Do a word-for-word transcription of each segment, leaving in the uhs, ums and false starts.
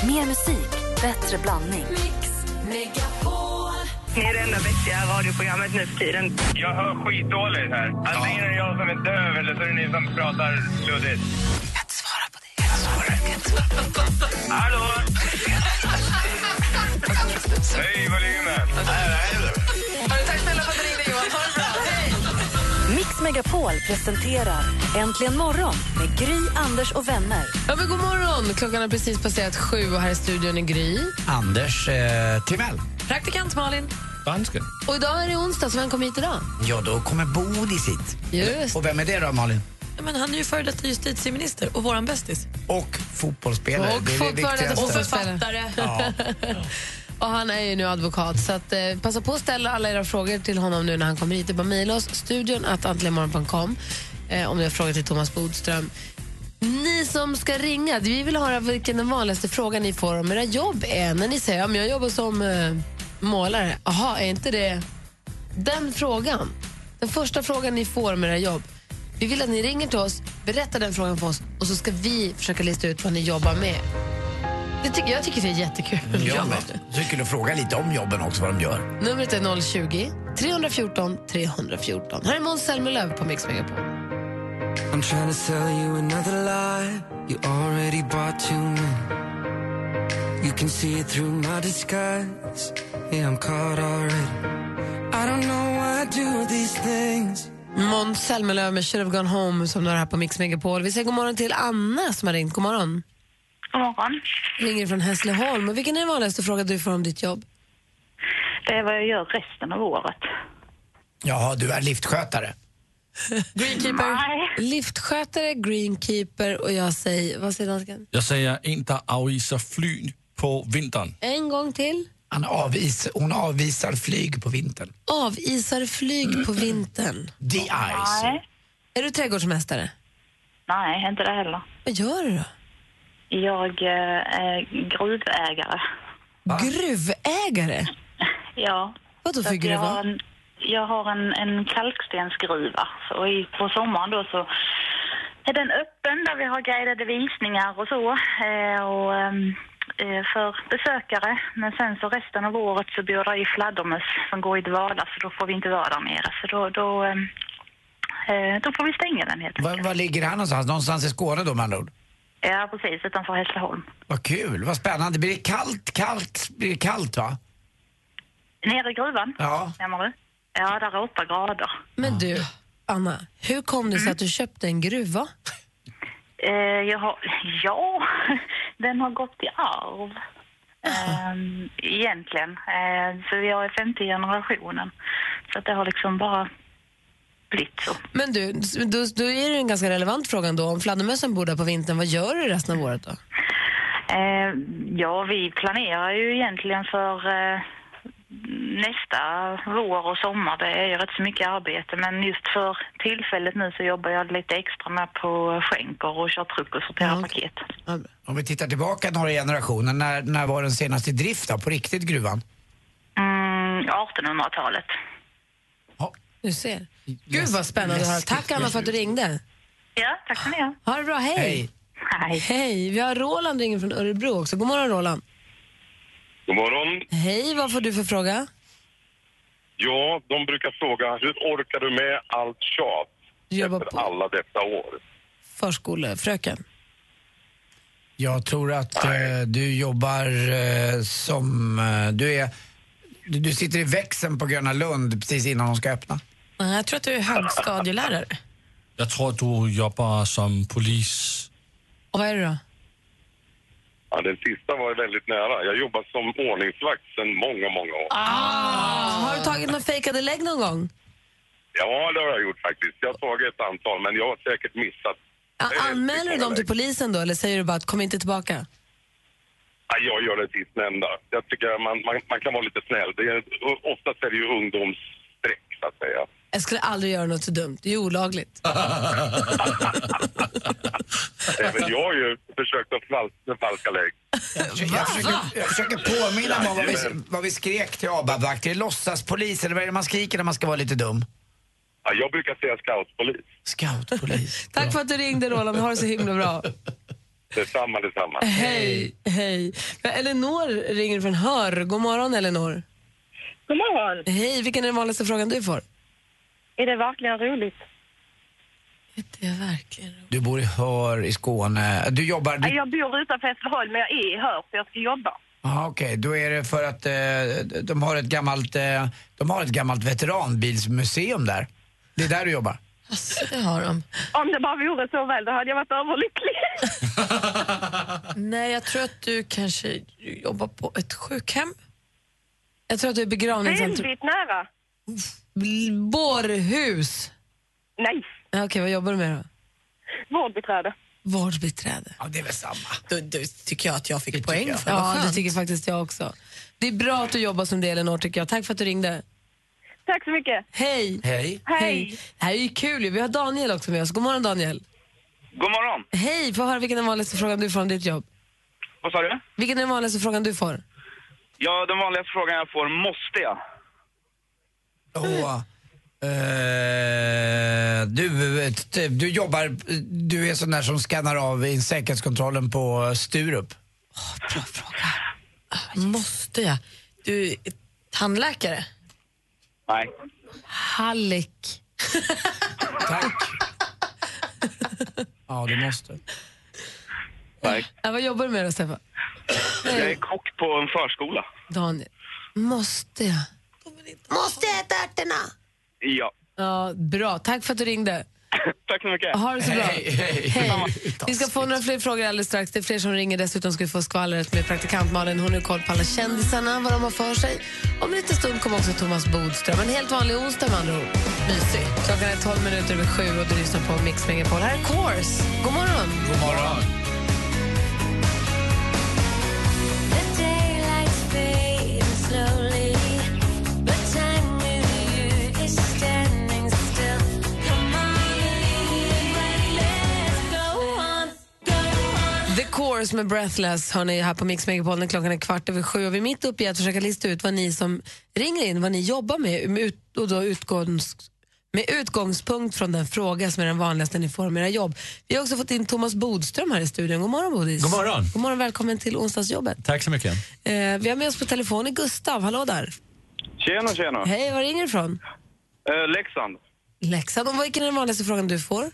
Mer musik, bättre blandning. Mix Megapol. Ni är det enda vettiga radioprogrammet nu för tiden. Jag hör skitdåligt här. Antingen är det jag som är döv eller så är det ni som pratar luddigt. Jag kan inte svara på det. Jag kan svara, jag kan inte svara på det. Hallå? Hej, volymen. Har du tack snälla för att du ringde, Johan? Ha det bra. Hej! Mix Megapol presenterar Äntligen morgon med Gry, Anders och vänner. Ja, men god morgon. Klockan har precis passerat sju och här i studion är Gry. Anders eh, Timell. Praktikant Malin. Dansken. Och idag är det onsdag, så vem kommer hit idag? Ja, då kommer Bodis hit. Just. Och vem är det då, Malin? Ja, men han är ju före detta justitieminister och våran bästis. Och fotbollsspelare. Och det är fot- det före detta viktigaste. Och författare. Ja. Och han är ju nu advokat, så att, eh, passa på att ställa alla era frågor till honom nu när han kommer hit. Det är bara mejla oss, studion at antligenmorgon punkt com eh, om ni har frågor till Thomas Bodström. Ni som ska ringa, vi vill höra vilken den vanligaste frågan ni får om era jobb är. När ni säger, ja, men jag jobbar som eh, målare. Aha, är inte det den frågan? Den första frågan ni får om era jobb. Vi vill att ni ringer till oss, berättar den frågan för oss och så ska vi försöka lista ut vad ni jobbar med. Det tycker, jag tycker det är jättekul. Ja, men så är det kul att fråga lite om jobben också, vad de gör. Numret är noll tjugo, tre fjorton, tre fjorton. Här är Måns Zelmerlöw på Mix Megapol. I'm trying to sell you another lie. You already bought too many. You can see it through my disguise. Yeah, I'm caught already. I don't know why I do these things. Måns Zelmerlöw med Should Have Gone Home som du har här på Mix Megapol. Vi säger god morgon till Anna som har ringt. God morgon. God morgon. Ringer från Hässleholm. Och vilken är den vanligaste frågan du får om ditt jobb? Det är vad jag gör resten av året. Ja, du är liftskötare. Greenkeeper. Nej. Liftskötare, greenkeeper och jag säger, vad säger dansken? Jag säger en, der afviser fly på vintern. En gång till. Han avvis, hon avvisar flyg på vintern. Avisar flyg på vintern. The ice. Nej. Är du trädgårdsmästare? Nej, inte det heller. Vad gör du då? Jag eh, är gruvägare. Va? Gruvägare? Ja. Vad då Så för att jag gruva? har en, jag har en, en kalkstensgruva. Så i, på sommaren då så är den öppen där vi har guidade visningar och så. Eh, och, eh, för besökare. Men sen så resten av året så bor det i fladdermöss som går i dvala. Så då får vi inte vara där nere. Så då, då, eh, då får vi stänga den helt Var, enkelt. var ligger han någonstans? Någonstans i Skåne då, med andra ord? Ja, precis. Utanför Hässleholm. Vad kul, vad spännande. Blir det kallt, kallt, blir det kallt va? Nere i gruvan? Ja. Stämmer du? Ja, där är åtta grader. Men du, Anna, hur kom det sig att du köpte en gruva? Eh, jag har, ja, den har gått i arv. Eh, egentligen. Eh, så jag är femte generationen. Så att det har liksom bara blivit så. Men du, då, då är det en ganska relevant fråga då. Om fladdermössen bor där på vintern, vad gör du resten av året då? Eh, ja, vi planerar ju egentligen för eh, nästa vår och sommar. Det är ju rätt så mycket arbete. Men just för tillfället nu så jobbar jag lite extra med på skänker och kör truck och sorterar Ja, okej. paket. Ja, bra. Om vi tittar tillbaka några generationer, när, när var den senaste i drift då, på riktigt gruvan? Mm, artonhundratalet. Du ser. Gud vad spännande att höra. Tack Anna för att du ringde. Ja, tack ska ni ha. Ha det bra, hej. Hej. Hej. Hej, vi har Roland ringer från Örebro också. God morgon Roland. God morgon. Hej, vad får du för fråga? Ja, de brukar fråga, hur orkar du med allt tjat Du jobbar efter på alla dessa år? förskolefröken. Jag tror att eh, du jobbar eh, som... Eh, du är... Du, du sitter i växeln på Gröna Lund precis innan de ska öppna. Nej, jag tror att du är högstadielärare. Jag tror, att du jobbar som polis. Och vad är det då? Ja, den sista var väldigt nära. Jag jobbar som ordningsvakt sedan många, många år. Ah, har du tagit någon fejkade lägg någon gång? Ja, det har jag gjort faktiskt. Jag har tagit ett antal, men jag har säkert missat. Ja, Det är anmäler du många dem till lägg. polisen då eller säger du bara att kom inte tillbaka? Ja, jag gör det sistnämnda. Jag tycker man, man, man kan vara lite snäll. Det är, oftast är det ju ungdomsstreck, så att säga. Jag skulle aldrig göra något så dumt, det är olagligt. Även jag har ju försökt att falska, falska lägg. Jag försöker, jag försöker, jag försöker påminna mig om vad vi, vad vi skrek till ABAB-vakter. Låtsaspolis, eller vad är det man skriker när man ska vara lite dum? Ja, jag brukar säga scoutpolis. Scoutpolis. Tack för att du ringde Roland, ha det så himla bra. Detsamma, detsamma. Hej, hej. Elinor ringer från Hör. God morgon, Elinor. God morgon. Hej, vilken är den vanligaste frågan du får? Är det verkligen roligt? Det är verkligen roligt. Du bor i Hör i Skåne. Du jobbar... Du... Jag bor utanför Hässleholm, men jag är i Hör, för jag ska jobba. Ah, okej, okay. Då är det för att eh, de har ett gammalt eh, de har ett gammalt veteranbilsmuseum där. Det är där du jobbar. Alltså, det har de. Om det bara vore så väl, då hade jag varit överlycklig. Nej, jag tror att du kanske jobbar på ett sjukhem. Jag tror att du är begravningsentreprenör. Väldigt nära. Bårhus. Nej. Okej, okay, vad jobbar du med då? Vårdbiträde. Vårdbiträde. Ja, det är väl samma. Då, då tycker jag att jag fick det poäng jag. för. Ja, det tycker faktiskt jag också. Det är bra att du jobbar som det, Elinor, tycker jag. Tack för att du ringde. Tack så mycket. Hej. Hej. Hej. Det här är ju kul. Vi har Daniel också med oss. God morgon, Daniel. God morgon. Hej, får höra vilken är den vanligaste frågan du får om ditt jobb? Vad sa du? Vilken är den vanligaste frågan du får? Ja, den vanligaste frågan jag får, måste jag? Åh, eh, du, t- du jobbar, du är sån där som skannar av i säkerhetskontrollen på Sturup. Oh, bra fråga. Ah, måste jag? Du är tandläkare? Nej. Hallick. Tack. Ja, du måste. Nej. Ja, vad jobbar du med då, Stefan? Jag är kock på en förskola. Daniel. Måste jag? Måste jag äta ärtorna? Ja. Ja, bra. Tack för att du ringde. Tack så mycket. Ha det så bra. Hej, hej. Hej. Vi ska få några fler frågor alldeles strax. Det är fler som ringer. Dessutom ska vi få skvallret med praktikant Malin. Hon har koll på alla kändisarna, vad de har för sig. Om en liten stund kommer också Thomas Bodström. En helt vanlig onsdag med andra ord. Mysigt. Klockan är tolv minuter över sju och du lyssnar på Mix Megapol. Här är Course. God morgon. God morgon. The Course med Breathless har ni här på Mix Megapol när klockan är kvart över sju. Och vi är mitt uppe i att försöka lista ut vad ni som ringer in, vad ni jobbar med, med, ut, och då utgångs, med utgångspunkt från den fråga som är den vanligaste ni får med era jobb. Vi har också fått in Thomas Bodström här i studion. God morgon, Bodis. God morgon. God morgon, välkommen till onsdagsjobbet. Tack så mycket. Eh, vi har med oss på telefon i Gustav. Hallå där. Tjena, tjena. Hej, var ringer du ifrån? Eh, Leksand. Leksand. Och vilken är den vanligaste frågan du får?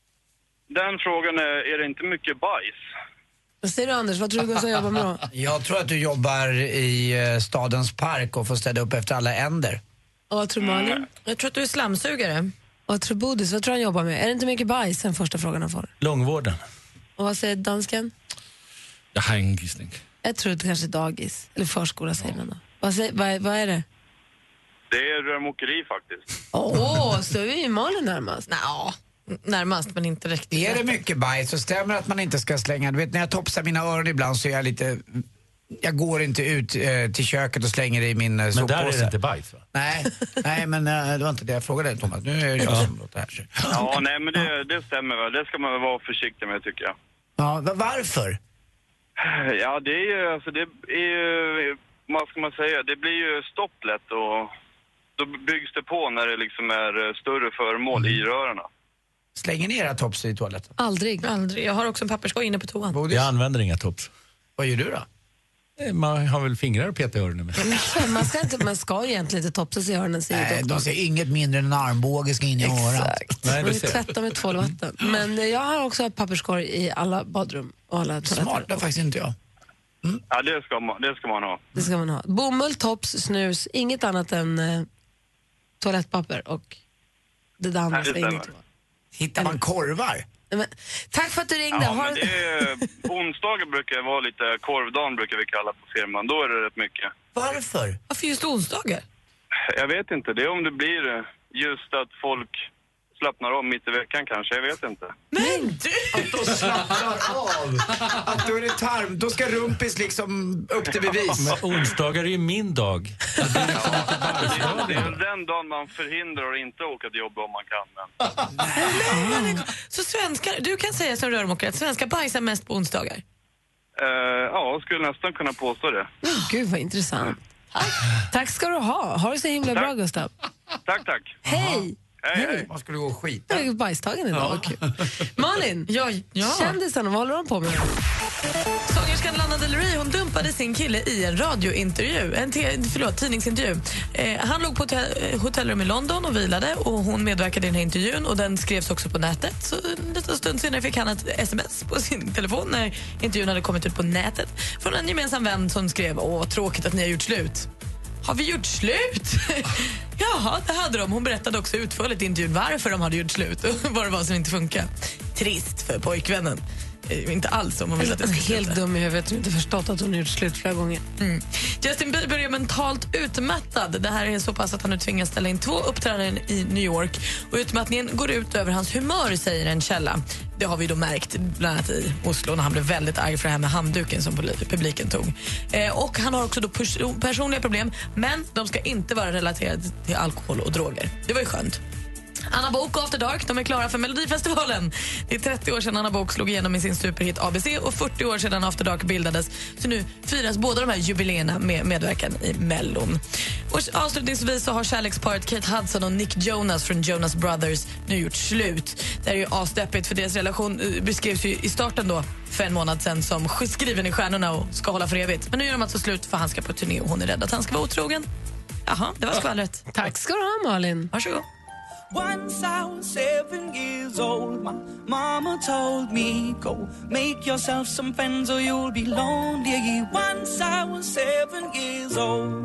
Den frågan är, är det inte mycket bajs? Vad säger du, Anders? Vad tror du Gustav jobbar med då? Jag tror att du jobbar i eh, stadens park och får städa upp efter alla änder. Och vad tror Malin? Mm. Jag tror att du är slamsugare. Och vad tror Bodis? Vad tror han jobbar med? Är det inte mycket bajs, den första frågan han får? Långvården. Och vad säger dansken? Jag har ingen gissning. Jag tror det kanske är dagis. Eller förskola säger man då. Vad, säger, vad, vad är det? Det är rörmokeri faktiskt. Åh, oh, så är ju Malin närmast. Nå, närmast men inte riktigt. Är det mycket bajs så stämmer att man inte ska slänga. Du vet, när jag topsar mina öron ibland så är jag lite... Jag går inte ut eh, till köket och slänger det i min eh, soppåse. Men där är det inte bajs, va? Nej, nej men eh, det var inte det jag frågade dig, Thomas. Nu är det jag Ja. som låter här. Så. Ja, nej men det, det stämmer väl. Det ska man väl vara försiktig med tycker jag. Ja, va- varför? Ja, det är ju, alltså det är ju, vad ska man säga, det blir ju stopplätt och då byggs det på när det liksom är större föremål i rörarna. Slänger ni era tops i toaletten? Aldrig. Aldrig. Jag har också en papperskorg inne på toan. Bodis? Jag använder inga tops. Vad gör du då? Man har väl fingrar att peta i öronen med. Man ska, inte, man ska egentligen inte topsa sig i öronen, säger Nej, doktorn. de säger inget mindre än en armbåge ska in i örat. Exakt. Nej, Man det ser jag. tvättar med tvål och vatten. Men jag har också papperskorg i alla badrum och alla toaletter. Smart, det har faktiskt inte jag. Ja, det ska man, det ska man ha. Det ska man ha. Bomull, tops, snus, inget annat än eh, toalettpapper och det där andra Nej, det ska in i stämmer. toa. Hittar man korvar? Nej, men, tack för att du ringde. Ja, Har... men det är, onsdagar brukar vara lite, korvdagen brukar vi kalla på firman. Då är det rätt mycket. Varför? Varför just onsdagar? Jag vet inte, det är om det blir just att folk slappnar av mitt i veckan kanske, jag vet inte. Men du! Att de slappnar av. Att då är det tarm. Då ska rumpis liksom upp till bevis. Men onsdagar är ju min dag. Det blir liksom inte bajsdag. Det är väl den dagen man förhindrar att inte åka till jobb om man kan. Men... Så svenskar, du kan säga som rörmokare att svenskar bajsar mest på onsdagar? Uh, ja, skulle nästan kunna påstå det. Oh, gud vad intressant. Tack ska du ha. Ha det så himla Tack. bra, Gustav. Tack, tack. Hej! Hej, hej. Man skulle gå och skita. Jag är bajstagen idag. Ja. Malin, ja, ja. kändisarna, vad håller de på med? Sångerskan Lana Del Rey, hon dumpade sin kille i en radiointervju, en te- förlåt, tidningsintervju. Eh, han låg på ett hotell- hotellrum i London och vilade och hon medverkade i den här intervjun och den skrevs också på nätet. Så en liten stund senare fick han ett sms på sin telefon när intervjun hade kommit ut på nätet från en gemensam vän som skrev: åh, tråkigt att ni har gjort slut. Har vi gjort slut? Jaha, det hade de. Hon berättade också utförligt i intervjun varför de hade gjort slut och vad det var som inte funkar. Trist för pojkvännen. Eh, inte alls om man vill att det ska sluta. Helt dum i huvudet som inte förstått att hon har gjort slut flera gånger. Mm. Justin Bieber är mentalt utmattad. Det här är så pass att han nu tvingas ställa in två uppträdanden i New York. Och utmattningen går ut över hans humör, säger en källa. Det har vi då märkt bland annat i Oslo när han blev väldigt arg för det här med handduken som publiken tog. Eh, och han har också då pers- personliga problem, men de ska inte vara relaterade till alkohol och droger. Det var ju skönt. Anna Book och After Dark, de är klara för Melodifestivalen. Det är trettio år sedan Anna Book slog igenom i sin superhit A B C och fyrtio år sedan After Dark bildades. Så nu firas båda de här jubileerna med medverkan i Mellon. Och avslutningsvis så har kärleksparet Kate Hudson och Nick Jonas från Jonas Brothers nu gjort slut. Det är ju asdeppigt för deras relation beskrevs ju i starten då för en månad sedan som skriven i stjärnorna och ska hålla för evigt. Men nu gör de alltså slut för han ska på turné och hon är rädd att han ska vara otrogen. Jaha, det var skvallret. Tack ska du ha, Malin. Varsågod. Once I was seven years old, my mama told me, go make yourself some friends or you'll be lonely. Once I was seven years old.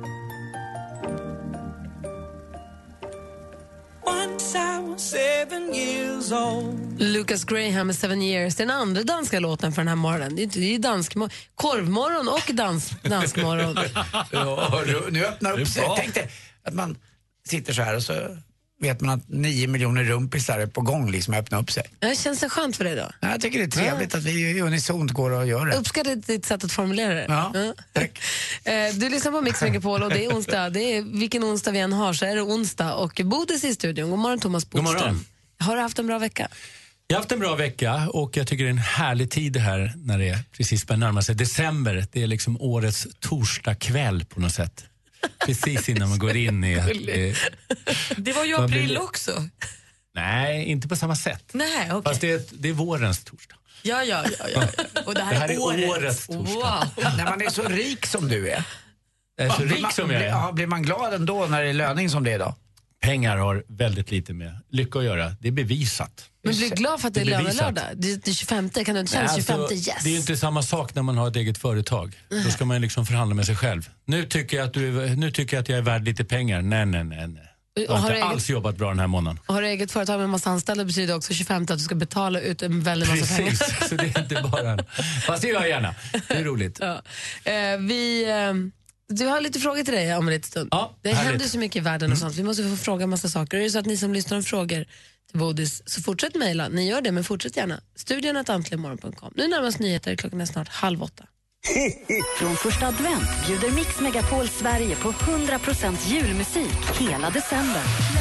Once I was seven years old. Lucas Graham med Seven Years, den andra danska låten för den här morgonen. Det är, det är dansk korvmorgon och dans, danskmorgon. Ja, nu öppnar upp sig. Tänk dig att man sitter så här och så vet man att nio miljoner rumpisar är på gång liksom att öppna upp sig. Ja, känns det skönt för dig då? Ja, jag tycker det är trevligt ja. Att vi unisont går och gör det. Jag uppskattar ditt sätt att formulera det. Ja, ja. Tack. Du lyssnar på Mix Megapol och det är onsdag. Det är, vilken onsdag vi än har så är det onsdag. Och Bodis i studion. God morgon Thomas Bodström. God morgon. Har du haft en bra vecka? Jag har haft en bra vecka och jag tycker det är en härlig tid här när det precis börjar närma sig december. Det är liksom årets torsdag kväll på något sätt. Precis innan man går in i... Eh, det var ju april blir... också. Nej, inte på samma sätt. Nej, okay. Fast det är, det är vårens torsdag. Ja, ja, ja. ja. Och det här, det här är, är året. årets torsdag. Wow. När man är så rik som du är. Jag är så rik man, som jag är. Ja, blir man glad ändå när det är löning som det är idag? Pengar har väldigt lite med lycka att göra. Det är bevisat. Men blir glad för att det är, det är lönelördag? Det är tjugofemte, kan du inte känna tjugofemte, yes. Det är ju inte samma sak när man har ett eget företag. Mm. Då ska man liksom förhandla med sig själv. Nu tycker jag att, du är, nu tycker jag, att jag är värd lite pengar. Nej, nej, nej. nej. Jag har, har inte alls eget, jobbat bra den här månaden. Har du eget företag med en massa anställda betyder också tjugofemte att du ska betala ut en väldigt massa pengar. Precis, så det är inte bara en... Fast det gör jag gärna. Det är roligt. Ja. Eh, vi... Eh, Du har lite frågor till dig om en liten stund. Ja, det härligt. händer så mycket i världen och sånt. Vi måste få fråga en massa saker. Och är det så att ni som lyssnar om frågor till Bodis, så fortsätt mejla. Ni gör det, men fortsätt gärna. Studion at antligenmorgon punkt com. Nu närmast nyheter, klockan är snart halv åtta. Från första advent bjuder Mix Megapol Sverige på hundra procent julmusik hela december.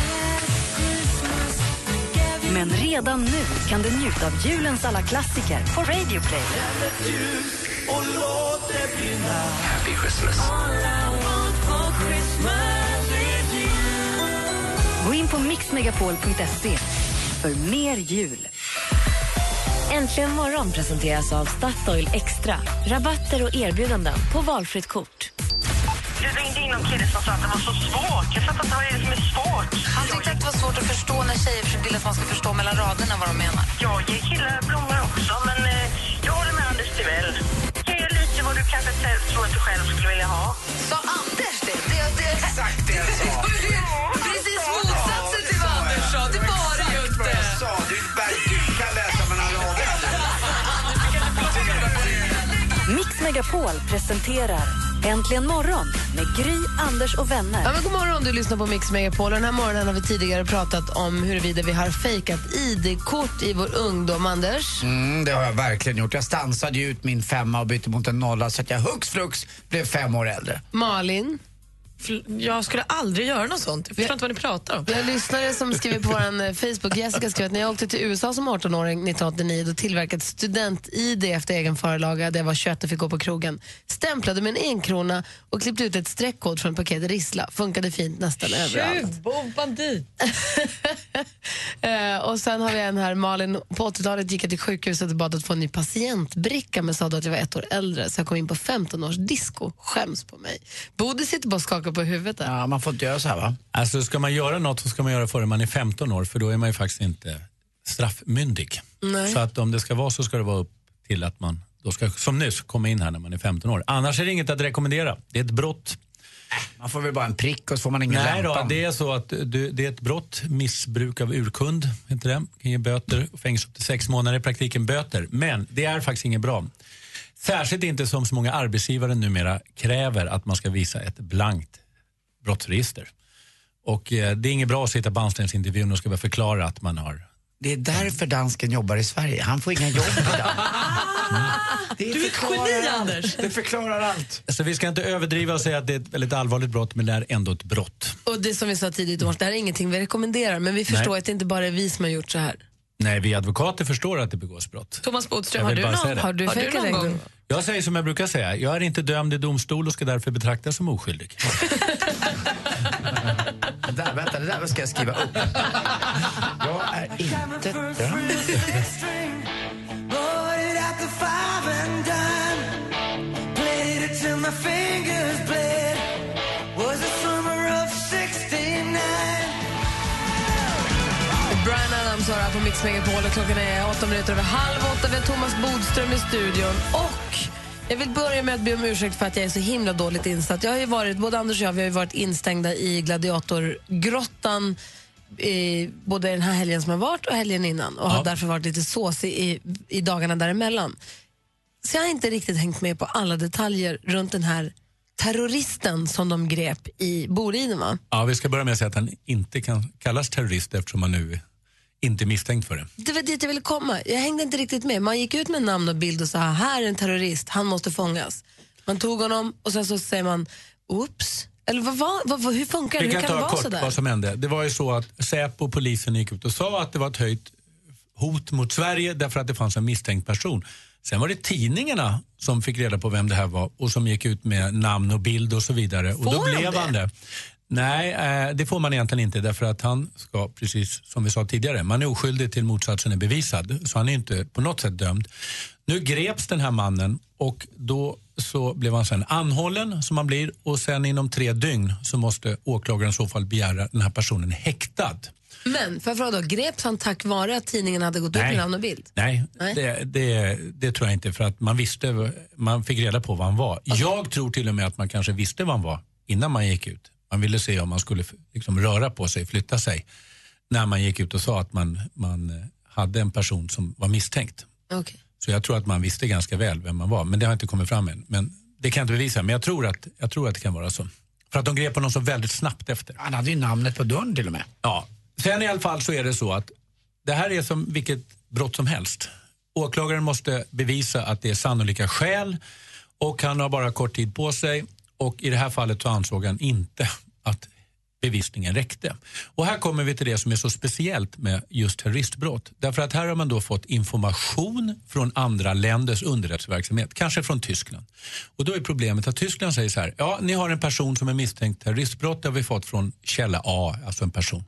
Men redan nu kan du njuta av julens alla klassiker på Radio Play. Happy Christmas. Gå in på mix megapol punkt se för mer jul. Äntligen morgon presenteras av Statoil Extra. Rabatter och erbjudanden på valfritt kort. Du ringde in någon kille som sa att det var så svårt. Jag fattar inte vad det är som är svårt. Han tyckte att det var svårt att förstå när tjejer vill att man ska förstå mellan raderna vad de menar. Jag ger killar blommor också, men eh, jag håller med Anders Tivell. Ge lite vad du kanske tror att du själv skulle vilja ha. Sa Anders det? Det är exakt det jag sa. Precis motsatsen till vad Anders sa. Det var det ju inte. Jag sa, du, du kan läsa mellan raderna. Mix Megapol presenterar Äntligen morgon med Gry, Anders och vänner. Ja, men god morgon, du lyssnar på Mix Megapol. Den här morgonen har vi tidigare pratat om huruvida vi har fejkat I D-kort i vår ungdom, Anders. Mm, det har jag verkligen gjort. Jag stansade ut min femma och bytte mot en nolla så att jag hux flux blev fem år äldre. Malin? Jag skulle aldrig göra något sånt. Jag förstår inte vad ni pratar om. Vi har lyssnare som skriver på vår Facebook. Jessica skrev att när jag åkte till U S A som arton-åring nittonhundraåttionio då tillverkat student-I D efter egen förlaga där jag var tjugoett och fick gå på krogen. Stämplade med en enkrona och klippte ut ett streckkod från paket Rissla. Funkade fint nästan överallt. Tjuv, bandit. uh, och sen har vi en här, Malin. På åttiotalet gick jag till sjukhuset och bad att få en ny patientbricka men sa då att jag var ett år äldre så jag kom in på femton års disco. Skäms på mig. Borde sitter bara och skakar på huvudet där. Ja, man får inte göra så här, va? Alltså ska man göra något så ska man göra före man är femton år för då är man ju faktiskt inte straffmyndig. Nej. Så att om det ska vara så ska det vara upp till att man då ska som nyss komma in här när man är femton år. Annars är det inget att rekommendera. Det är ett brott. Man får väl bara en prick och så får man ingen Nej lämpan. då, det är så att du, det är ett brott, missbruk av urkund, inte det? Kan ge böter, fängelse upp till sex månader, i praktiken böter. Men det är faktiskt inget bra. Särskilt inte som så många arbetsgivare numera kräver att man ska visa ett blankt brottsregister. Och eh, det är inget bra att sitta på anställningsintervjun och ska bara förklara att man har... Det är därför dansken jobbar i Sverige. Han får inga jobb idag. Mm. Det Du är ett geni, Anders. Det förklarar allt. Så vi ska inte överdriva och säga att det är ett väldigt allvarligt brott, men det är ändå ett brott. Och det som vi sa tidigt, det här är ingenting vi rekommenderar, men vi förstår Nej. att det inte bara är vi som har gjort så här. Nej, vi advokater förstår att det begås brott. Thomas Bodström, Jag har vill du bara säga någon, det. Har du, har du fejkat någon det? gång? Jag säger som jag brukar säga, jag är inte dömd i domstol och ska därför betraktas som oskyldig. Där, vänta, det där ska jag skriva upp. Jag är inte dömd. Brian Adams har här på Mix Megapol och klockan är åtta minuter över halv åtta. Vi har Thomas Bodström i studion och jag vill börja med att be om ursäkt för att jag är så himla dåligt insatt. Jag har ju varit, både Anders och jag, vi har ju varit instängda i Gladiatorgrottan i, både den här helgen som har varit och helgen innan och Ja. har därför varit lite såsig i, i dagarna däremellan. Så jag har inte riktigt hängt med på alla detaljer runt den här terroristen som de grep i Boliden, va? Ja, vi ska börja med att säga att han inte kan kallas terrorist eftersom han nu inte är misstänkt för det. Det var dit jag ville komma. Jag hängde inte riktigt med. Man gick ut med namn och bild och sa här är en terrorist, han måste fångas. Man tog honom och sen så säger man oops. Eller vad, vad, vad, hur funkar det? Vi Hur kan kan det ta vara kort så där? vad som hände. Det var ju så att Säpo och polisen gick ut och sa att det var ett höjt hot mot Sverige därför att det fanns en misstänkt person. Sen var det tidningarna som fick reda på vem det här var och som gick ut med namn och bild och så vidare. Får och då de blev det? han det. Nej, eh, det får man egentligen inte därför att han ska, precis som vi sa tidigare, man är oskyldig till motsatsen är bevisad. Så han är inte på något sätt dömd. Nu greps den här mannen och då så blev han sen anhållen som han blir och sen inom tre dygn så måste åklagaren i så fall begära den här personen häktad. Men för att fråga då, greps han tack vare att tidningen hade gått ut med namn och bild? Nej, Nej. Det, det, det tror jag inte för att man visste, man fick reda på vad han var. Okay. Jag tror till och med att man kanske visste vad han var innan man gick ut. Man ville se om man skulle liksom röra på sig, flytta sig när man gick ut och sa att man, man hade en person som var misstänkt. Okay. Så jag tror att man visste ganska väl vem man var, men det har inte kommit fram än. Men det kan jag inte bevisa, men jag tror att, jag tror att det kan vara så. För att de grep honom så väldigt snabbt efter. Han hade ju namnet på dörren till och med. Ja, sen i alla fall så är det så att det här är som vilket brott som helst. Åklagaren måste bevisa att det är sannolika skäl och han har bara kort tid på sig och i det här fallet så ansåg han inte att bevisningen räckte. Och här kommer vi till det som är så speciellt med just terroristbrott. Därför att här har man då fått information från andra länders underrättelseverksamhet, kanske från Tyskland. Och då är problemet att Tyskland säger så här, ja ni har en person som är misstänkt terroristbrott, det har vi fått från källa A, alltså en person.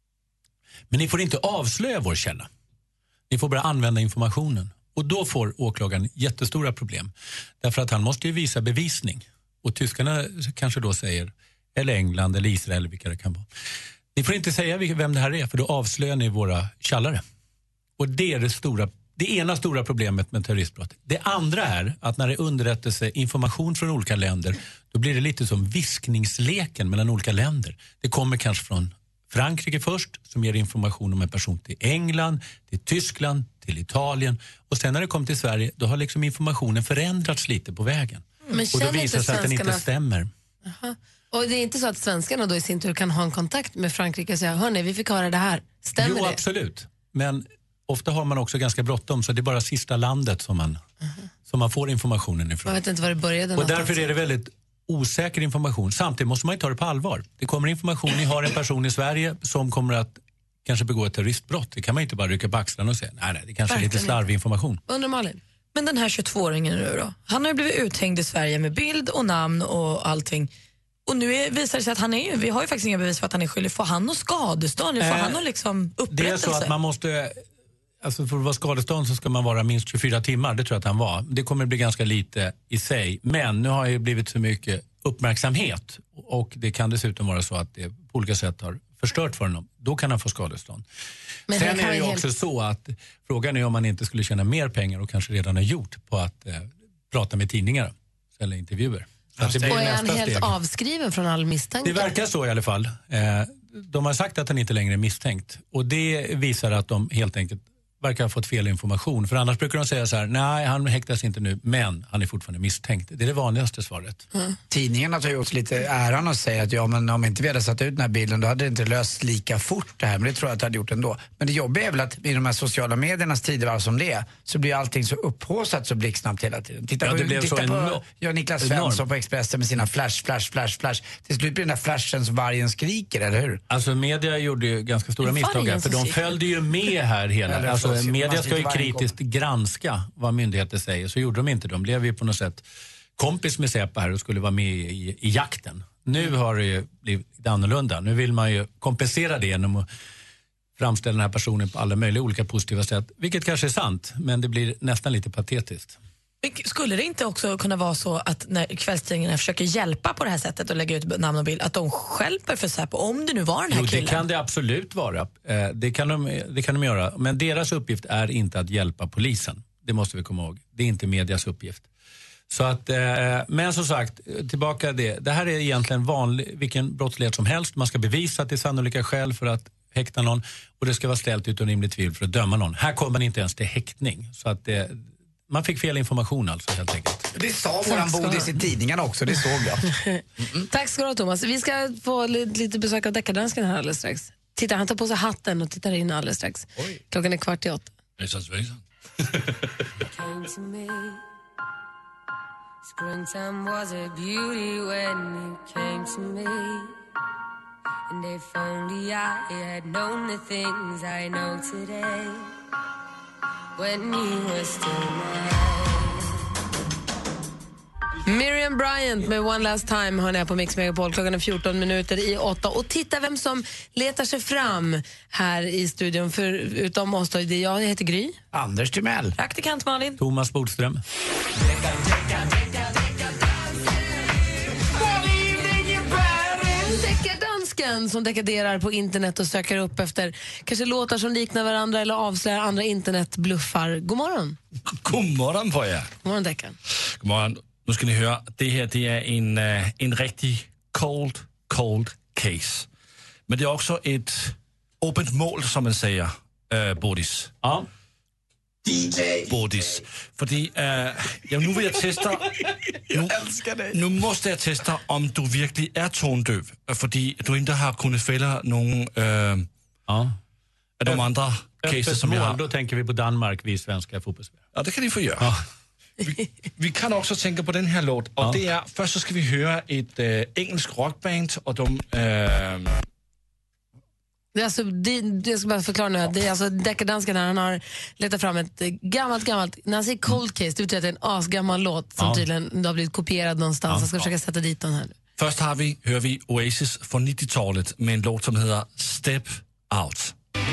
Men ni får inte avslöja vår källa. Ni får bara använda informationen. Och då får åklagaren jättestora problem. Därför att han måste ju visa bevisning. Och tyskarna kanske då säger, eller England eller Israel, vilka det kan vara. Ni får inte säga vem det här är, för då avslöjar ni våra källare. Och det är det stora, det ena stora problemet med terroristbrott. Det andra är att när det underrättelse information från olika länder, då blir det lite som viskningsleken mellan olika länder. Det kommer kanske från Frankrike först, som ger information om en person till England, till Tyskland, till Italien. Och sen när det kommer till Sverige, då har liksom informationen förändrats lite på vägen. Men och då visar inte sig att den inte svenskarna- stämmer. Aha. Och det är inte så att svenskarna då i sin tur kan ha en kontakt med Frankrike och säga, hörni, vi fick höra det här. Stämmer Jo, det? absolut. Men ofta har man också ganska bråttom, så det är bara sista landet som man, som man får informationen ifrån. Jag vet inte var det började Och någonstans. därför är det väldigt osäker information. Samtidigt måste man ju ta det på allvar. Det kommer information, ni har en person i Sverige som kommer att kanske begå ett terroristbrott. Det kan man inte bara rycka på axlarna och säga, nej, nej, det kanske är lite slarvig information. Undrar Malin. Men den här tjugotvååringen nu då? Han har ju blivit uthängd i Sverige med bild och namn och allting. Och nu är, visar det sig att han är, vi har ju faktiskt inga bevis för att han är skyldig. Får han och skadestånd? Får Eh, han och liksom upprättelse? Det är så att man måste, alltså för att vara skadestånd så ska man vara minst tjugofyra timmar, det tror jag att han var. Det kommer bli ganska lite i sig. Men nu har det blivit så mycket uppmärksamhet och det kan dessutom vara så att det på olika sätt har förstört för honom. Då kan han få skadestånd. Men sen är det ju helt... också så att frågan är om man inte skulle tjäna mer pengar och kanske redan har gjort på att eh, prata med tidningar eller intervjuer. Så att det blir och är nästa han helt steg. avskriven från all misstanke? Det verkar så i alla fall. Eh, de har sagt att han inte längre är misstänkt. Och det visar att de helt enkelt verkar ha fått fel information. För annars brukar de säga så här, nej han häktas inte nu, men han är fortfarande misstänkt. Det är det vanligaste svaret. Mm. Tidningarna tar ju åt lite äran och säger att ja, men om inte vi hade satt ut den här bilden då hade det inte löst lika fort det här. Men det tror jag att det hade gjort ändå. Men det jobbiga är väl att i de här sociala mediernas tider som det är, så blir allting så upphåsat så blixtsnabbt hela tiden. Titta ja, på, det blev titta så på enorm, ja, Niklas Svensson enorm. på Expressen med sina flash, flash, flash, flash. Till slut blir den där flashen som vargen skriker, eller hur? Alltså media gjorde ju ganska stora misstag här, för de följde ju med här hela. Alltså media ska ju kritiskt granska vad myndigheter säger, så gjorde de inte. De blev ju på något sätt kompis med Säpo här och skulle vara med i, i jakten. Nu har det ju blivit annorlunda. Nu vill man ju kompensera det genom att framställa den här personen på alla möjliga olika positiva sätt, vilket kanske är sant, men det blir nästan lite patetiskt. Skulle det inte också kunna vara så att när kvällstidningarna försöker hjälpa på det här sättet och lägga ut namn och bild, att de stjälper för Säpo om det nu var den här jo, killen? det kan det absolut vara. Eh, det, kan de, det kan de göra. Men deras uppgift är inte att hjälpa polisen. Det måste vi komma ihåg. Det är inte medias uppgift. Så att, eh, men som sagt, tillbaka det. Det här är egentligen vanlig, vilken brottslighet som helst. Man ska bevisa att det är sannolika skäl för att häkta någon och det ska vara ställt utom rimligt tvivel för att döma någon. Här kommer man inte ens till häktning. Så att det, man fick fel information alltså helt enkelt. Det sa våran Bodis i tidningarna också, det såg jag. Mm. Tack ska du ha Thomas. Vi ska få lite besök av deckardansken här alldeles strax. Titta, han tar på sig hatten och tittar in alldeles strax. Oj. Klockan är kvart i åtta. Springtime was a beauty when you came to me. And if only I had known the things I know today. When you were still mine. Miriam Bryant med One Last Time har ni på Mix Megapol. Klockan är fjorton minuter i åtta. Och titta vem som letar sig fram här i studion. För utom oss då, det jag heter Gry. Anders Timell. Praktikant Malin. Thomas Bodström. Deckardansken som dekaderar på internet och söker upp efter kanske låtar som liknar varandra eller avslöjar andra internetbluffar. God morgon. God morgon på er. God morgon, Deckan. God morgon. Nu ska ni höra, det här det är en, en riktig cold, cold case. Men det är också ett öppet mål, som man säger, äh, Bodis. Ja. D J. Bodis. Fordi, äh, ja, nu vill jag testa... Nu, nu måste jag testa om du verkligen är tondöv. Fordi du inte har kunnat fälla någon äh, ja. av de andra cases som jag har. Då tänker vi på Danmark, vi svenska fotbollsspelare. Ja, det kan ni få göra. Ja. Vi, vi kan också tänka på den här låt. Och ja. det är, först så ska vi höra ett äh, engelsk rockband och de... Äh, det är alltså, det, jag ska bara förklara nu. Det är alltså deckardansken här, han har letat fram ett gammalt, gammalt... När han säger cold case, det betyder att det är en asgammal låt som ja. tydligen har blivit kopierad någonstans. Ja. Jag ska ja. försöka sätta dit den här. Först har vi, hör vi Oasis från nittiotalet med en låt som heter Step Out.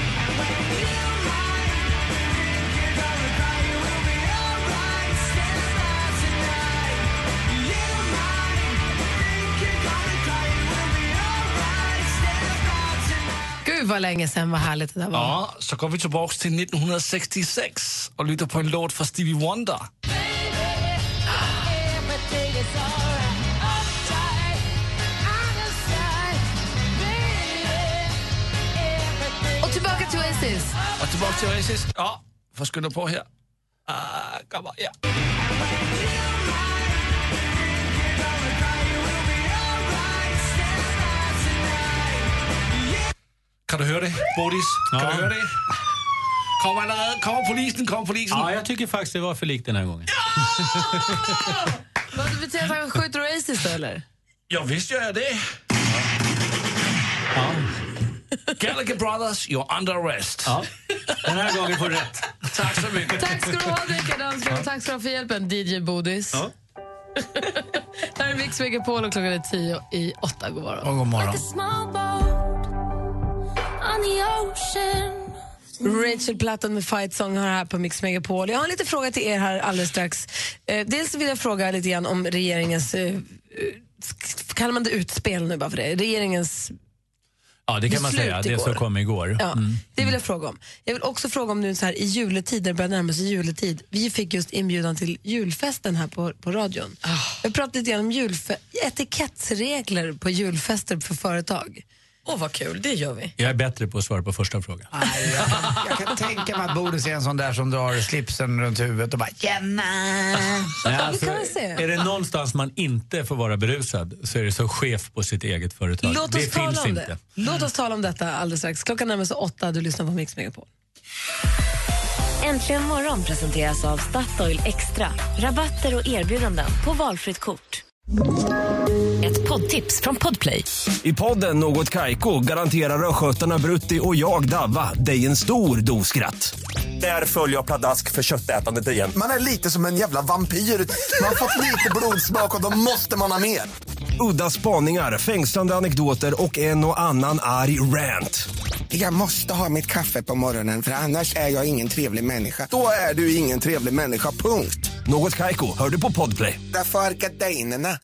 Gud vad länge sedan, vad härligt det där var. Ja, så går vi tillbaka till nittonhundrasextiosex och lyssnar på en låt från Stevie Wonder. Och tillbaka till Oasis. Och tillbaka till Oasis. Ja, får skynda på här. Uh, kom ja. Kan du höra det, Bodis? Kan ja. du höra det? Kommer, kommer polisen, kommer polisen? Ja, jag tycker faktiskt det var för likt den här gången. Ja! Vad det betyder att han skjuter Oasis då, eller? Ja, visst gör jag det. Ja. Gallagher Brothers, you're under arrest. Ja. Den här gången får du rätt. Tack så mycket. Tack ska du ha, Rickard Dansgård. Tack ska du ha för hjälpen, D J Bodis. Ja. Det här är Mix Megapol och klockan är tio i åtta. God morgon. Och god morgon. Rachel Platten med Fight Song har här på Mix Megapol. Jag har en liten fråga till er här alldeles strax. Eh, dels vill jag fråga lite grann om regeringens, eh, kallar man det utspel nu bara för det? Regeringens Ja, det kan man säga. Det som kom igår. Ja, mm. Det vill jag fråga om. Jag vill också fråga om nu så här i juletid, när det börjar närma sig juletid. Vi fick just inbjudan till julfesten här på, på radion. Oh. Jag pratade lite grann om julfe- etikettsregler på julfester för företag. Åh, oh, vad kul, det gör vi. Jag är bättre på att svara på första frågan. Aj, jag, kan, jag kan tänka mig att Bodis är en sån där som drar slipsen runt huvudet och bara Jenna! Nej, alltså, är det någonstans man inte får vara berusad så är det så chef på sitt eget företag. Låt oss det tala finns om inte. det. Låt oss tala om detta alldeles strax. Klockan närmar sig åtta, du lyssnar på Mix Megapol. Äntligen morgon presenteras av Statoil Extra. Rabatter och erbjudanden på valfritt kort. Ett poddtips från Podplay. I podden Något Kaiko garanterar östgötarna Brutti och jag Davva dig en stor doskratt. Där följer jag pladask för köttätandet igen. Man är lite som en jävla vampyr. Man har fått lite blodsmak och då måste man ha mer. Udda spaningar, fängslande anekdoter och en och annan arg rant. Jag måste ha mitt kaffe på morgonen för annars är jag ingen trevlig människa. Då är du ingen trevlig människa, punkt. Något Kaiko, hör du på Podplay. Därför är gardinerna.